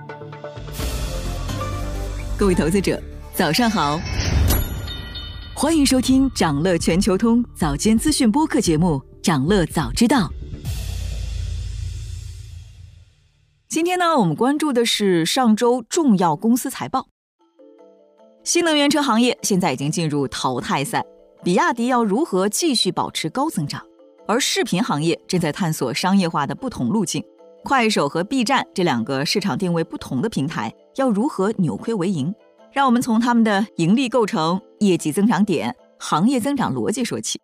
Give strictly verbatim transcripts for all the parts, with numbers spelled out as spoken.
各位投资者，早上好，欢迎收听长乐全球通早间资讯播客节目《长乐早知道》。今天呢，我们关注的是上周重要公司财报。新能源车行业现在已经进入淘汰赛，比亚迪要如何继续保持高增长？而视频行业正在探索商业化的不同路径。快手和 B 站这两个市场定位不同的平台要如何扭亏为盈？让我们从他们的盈利构成、业绩增长点、行业增长逻辑说起。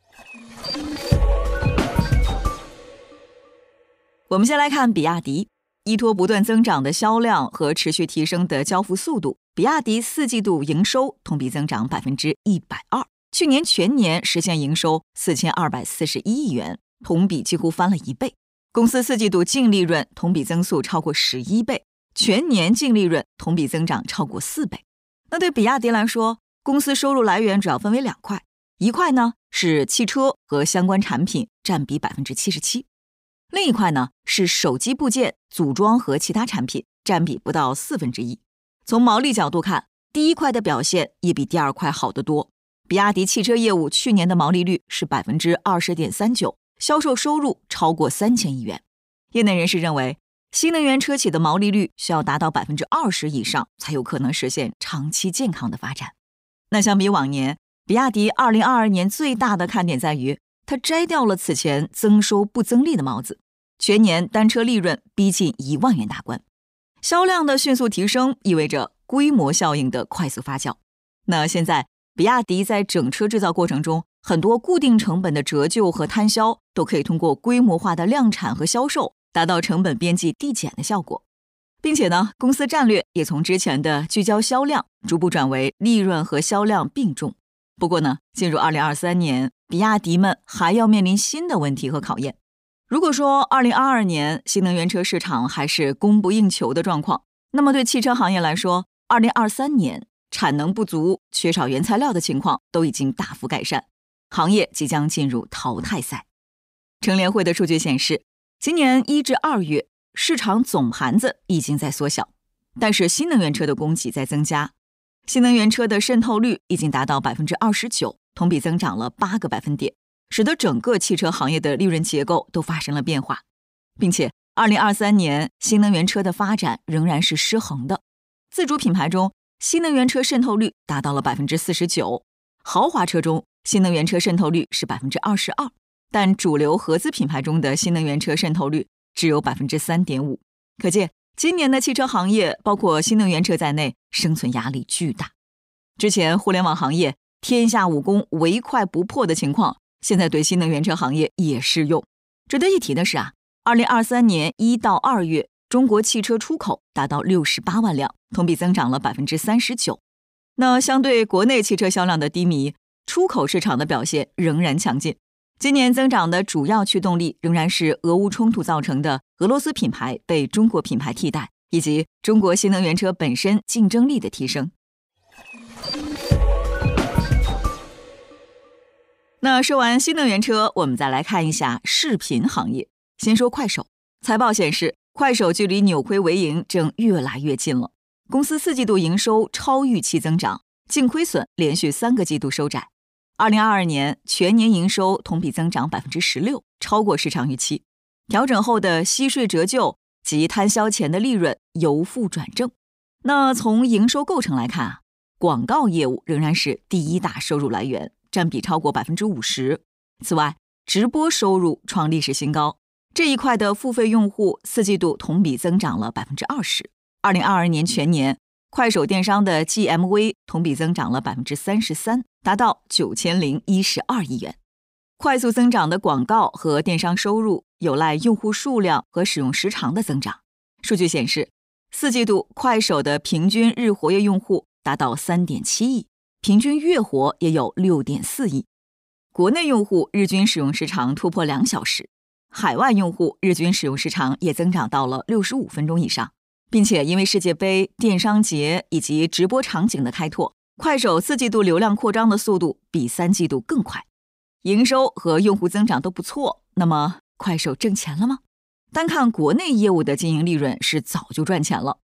我们先来看比亚迪，依托不断增长的销量和持续提升的交付速度，比亚迪四季度营收同比增长 百分之一百二十， 去年全年实现营收四千二百四十一亿元，同比几乎翻了一倍。公司四季度净利润同比增速超过十一倍，全年净利润同比增长超过四倍。那对比亚迪来说，公司收入来源主要分为两块，一块呢是汽车和相关产品，占比 百分之七十七， 另一块呢是手机部件、组装和其他产品，占比不到四分之一。从毛利角度看，第一块的表现也比第二块好得多。比亚迪汽车业务去年的毛利率是 百分之二十点三九，销售收入超过三千亿元。业内人士认为，新能源车企的毛利率需要达到 百分之二十 以上，才有可能实现长期健康的发展。那相比往年，比亚迪二零二二年最大的看点在于，它摘掉了此前增收不增利的帽子，全年单车利润逼近一万元大关。销量的迅速提升意味着规模效应的快速发酵。那现在比亚迪在整车制造过程中，很多固定成本的折旧和摊销都可以通过规模化的量产和销售达到成本边际递减的效果。并且呢，公司战略也从之前的聚焦销量逐步转为利润和销量并重。不过呢，进入二零二三年，比亚迪们还要面临新的问题和考验。如果说二零二二年新能源车市场还是供不应求的状况，那么对汽车行业来说，二零二三年产能不足、缺少原材料的情况都已经大幅改善，行业即将进入淘汰赛。乘联会的数据显示，今年一至二月，市场总盘子已经在缩小，但是新能源车的供给在增加，新能源车的渗透率已经达到 百分之二十九， 同比增长了八个百分点，使得整个汽车行业的利润结构都发生了变化。并且二零二三年新能源车的发展仍然是失衡的，自主品牌中新能源车渗透率达到了 百分之四十九， 豪华车中新能源车渗透率是 百分之二十二， 但主流合资品牌中的新能源车渗透率只有 百分之三点五。 可见今年的汽车行业包括新能源车在内，生存压力巨大。之前互联网行业天下武功唯快不破的情况，现在对新能源车行业也适用。值得一提的是啊，二零二三年一到二月，中国汽车出口达到六十八万辆，同比增长了 百分之三十九。 那相对国内汽车销量的低迷，出口市场的表现仍然强劲。今年增长的主要驱动力仍然是俄乌冲突造成的俄罗斯品牌被中国品牌替代，以及中国新能源车本身竞争力的提升。那说完新能源车，我们再来看一下视频行业。先说快手，财报显示，快手距离扭亏为盈正越来越近了。公司四季度营收超预期增长，净亏损连续三个季度收窄。二零二二年全年营收同比增长 百分之十六， 超过市场预期。调整后的息税折旧及摊销前的利润由负转正。那从营收构成来看啊，广告业务仍然是第一大收入来源，占比超过 百分之五十。 此外，直播收入创历史新高，这一块的付费用户四季度同比增长了 百分之二十。 二零二二年全年，快手电商的 G M V 同比增长了 百分之三十三， 达到九千零一十二亿元。快速增长的广告和电商收入有赖用户数量和使用时长的增长。数据显示，四季度快手的平均日活跃用户达到 三点七亿，平均月活也有 六点四亿。国内用户日均使用时长突破两小时，海外用户日均使用时长也增长到了六十五分钟以上。并且因为世界杯、电商节以及直播场景的开拓，快手四季度流量扩张的速度比三季度更快，营收和用户增长都不错。那么快手挣钱了吗？单看国内业务的经营利润是早就赚钱了，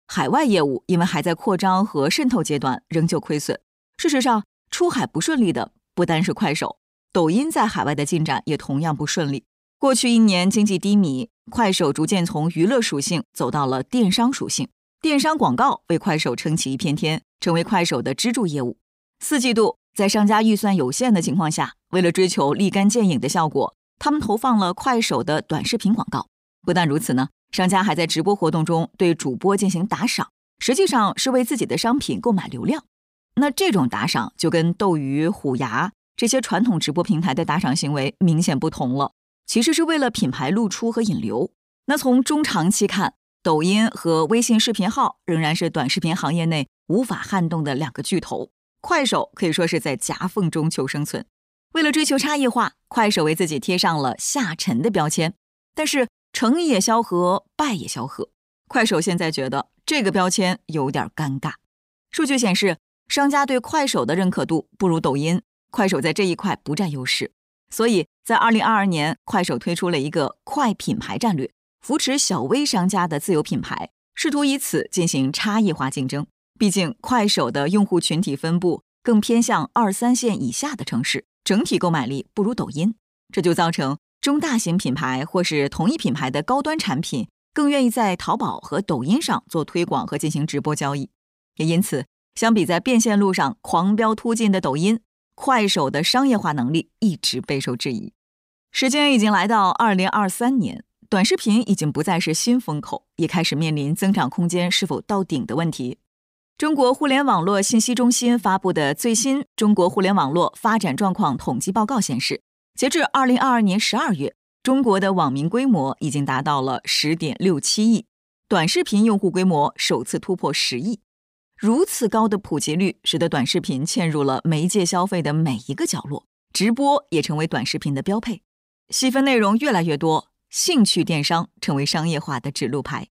海外业务因为还在扩张和渗透阶段，仍旧亏损。事实上，出海不顺利的不单是快手，抖音在海外的进展也同样不顺利。过去一年经济低迷，快手逐渐从娱乐属性走到了电商属性，电商广告为快手撑起一片天，成为快手的支柱业务。四季度，在商家预算有限的情况下，为了追求立竿见影的效果，他们投放了快手的短视频广告。不但如此呢，商家还在直播活动中对主播进行打赏，实际上是为自己的商品购买流量。那这种打赏就跟斗鱼、虎牙这些传统直播平台的打赏行为明显不同了，其实是为了品牌露出和引流。那从中长期看，抖音和微信视频号仍然是短视频行业内无法撼动的两个巨头，快手可以说是在夹缝中求生存。为了追求差异化，快手为自己贴上了下沉的标签，但是成也萧何，败也萧何。快手现在觉得这个标签有点尴尬。数据显示，商家对快手的认可度不如抖音，快手在这一块不占优势。所以在二零二二年，快手推出了一个快品牌战略，扶持小微商家的自有品牌，试图以此进行差异化竞争。毕竟快手的用户群体分布更偏向二三线以下的城市，整体购买力不如抖音，这就造成中大型品牌或是同一品牌的高端产品更愿意在淘宝和抖音上做推广和进行直播交易。也因此，相比在变现路上狂飙突进的抖音，快手的商业化能力一直备受质疑。时间已经来到二零二三年，短视频已经不再是新风口，也开始面临增长空间是否到顶的问题。中国互联网络信息中心发布的最新中国互联网络发展状况统计报告显示，截至二零二二年十二月，中国的网民规模已经达到了 十点六七亿，短视频用户规模首次突破十亿。如此高的普及率，使得短视频嵌入了媒介消费的每一个角落，直播也成为短视频的标配。细分内容越来越多，兴趣电商成为商业化的指路牌。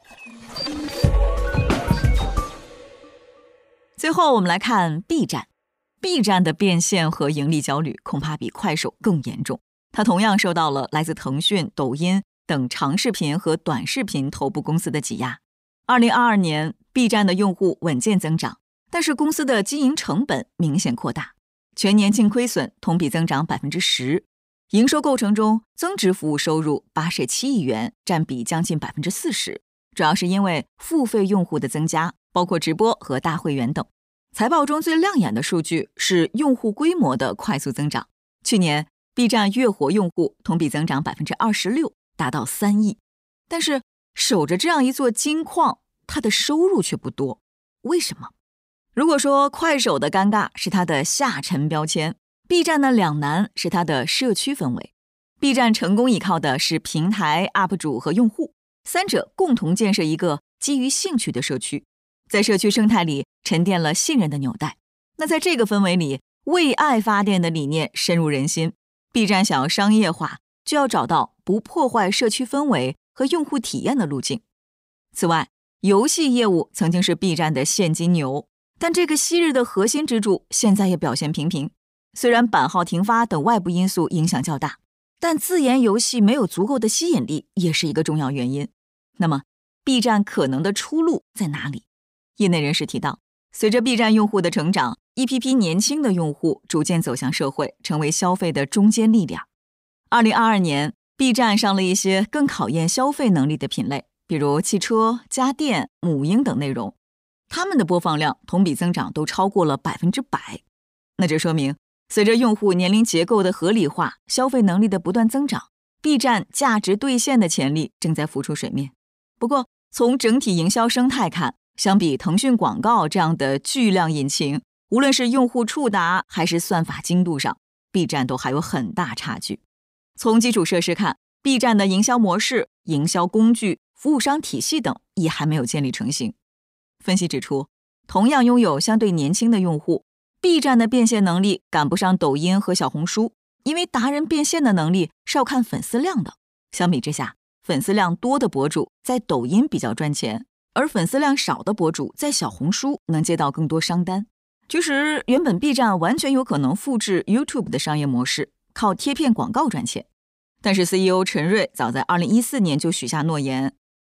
最后我们来看 B 站。 B 站的变现和盈利焦虑恐怕比快手更严重，它同样受到了来自腾讯、抖音等长视频和短视频头部公司的挤压。二零二二年 B 站的用户稳健增长，但是公司的经营成本明显扩大，全年净亏损同比增长 百分之十， 营收构成中增值服务收入八十七亿元，占比将近 百分之四十， 主要是因为付费用户的增加，包括直播和大会员等。财报中最亮眼的数据是用户规模的快速增长，去年 B 站月活用户同比增长 百分之二十六， 达到三亿。但是守着这样一座金矿，它的收入却不多，为什么？如果说快手的尴尬是它的下沉标签， B 站的两难是它的社区氛围。 B 站成功依靠的是平台、U P 主和用户，三者共同建设一个基于兴趣的社区，在社区生态里沉淀了信任的纽带。那在这个氛围里，为爱发电的理念深入人心。 B 站想要商业化，就要找到不破坏社区氛围和用户体验的路径。此外，游戏业务曾经是 B 站的现金牛，但这个昔日的核心支柱现在也表现平平。虽然版号停发等外部因素影响较大，但自研游戏没有足够的吸引力也是一个重要原因。那么 B 站可能的出路在哪里？业内人士提到，随着 B 站用户的成长，一批批年轻的用户逐渐走向社会，成为消费的中坚力量。二零二二年 B 站上了一些更考验消费能力的品类，比如汽车、家电、母婴等内容，他们的播放量同比增长都超过了百分之百。那这说明，随着用户年龄结构的合理化，消费能力的不断增长， B 站价值兑现的潜力正在浮出水面。不过，从整体营销生态看，相比腾讯广告这样的巨量引擎，无论是用户触达还是算法精度上， B 站都还有很大差距。从基础设施看， B 站的营销模式、营销工具、服务商体系等也还没有建立成型。分析指出，同样拥有相对年轻的用户， B 站的变现能力赶不上抖音和小红书，因为达人变现的能力是要看粉丝量的。相比之下，粉丝量多的博主在抖音比较赚钱，而粉丝量少的博主在小红书能接到更多商单。其实原本 B 站完全有可能复制 YouTube 的商业模式，靠贴片广告赚钱。但是 C E O 陈瑞早在二零一四年就许下诺言，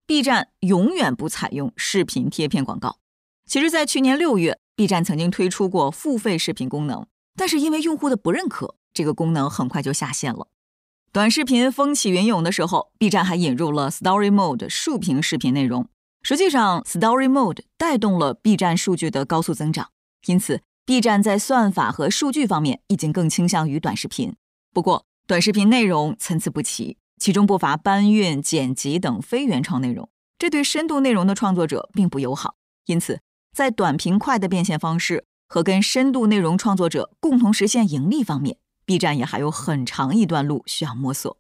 B 站永远不采用视频贴片广告。其实在去年六月 B 站曾经推出过付费视频功能，但是因为用户的不认可，这个功能很快就下线了。短视频风起云涌的时候， B 站还引入了 Story Mode 竖屏视频内容。实际上 Story Mode 带动了 B 站数据的高速增长，因此 B 站在算法和数据方面已经更倾向于短视频。不过短视频内容参差不齐，其中不乏搬运、剪辑等非原创内容，这对深度内容的创作者并不友好。因此在短平快的变现方式和跟深度内容创作者共同实现盈利方面， B 站也还有很长一段路需要摸索。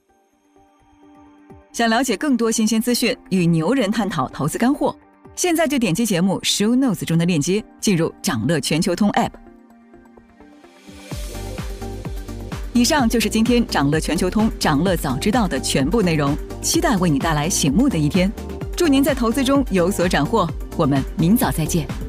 想了解更多新鲜资讯，与牛人探讨投资干货，现在就点击节目 show notes 中的链接，进入掌乐全球通 App。 以上就是今天掌乐全球通掌乐早知道的全部内容，期待为你带来醒目的一天。祝您在投资中有所斩获，我们明早再见。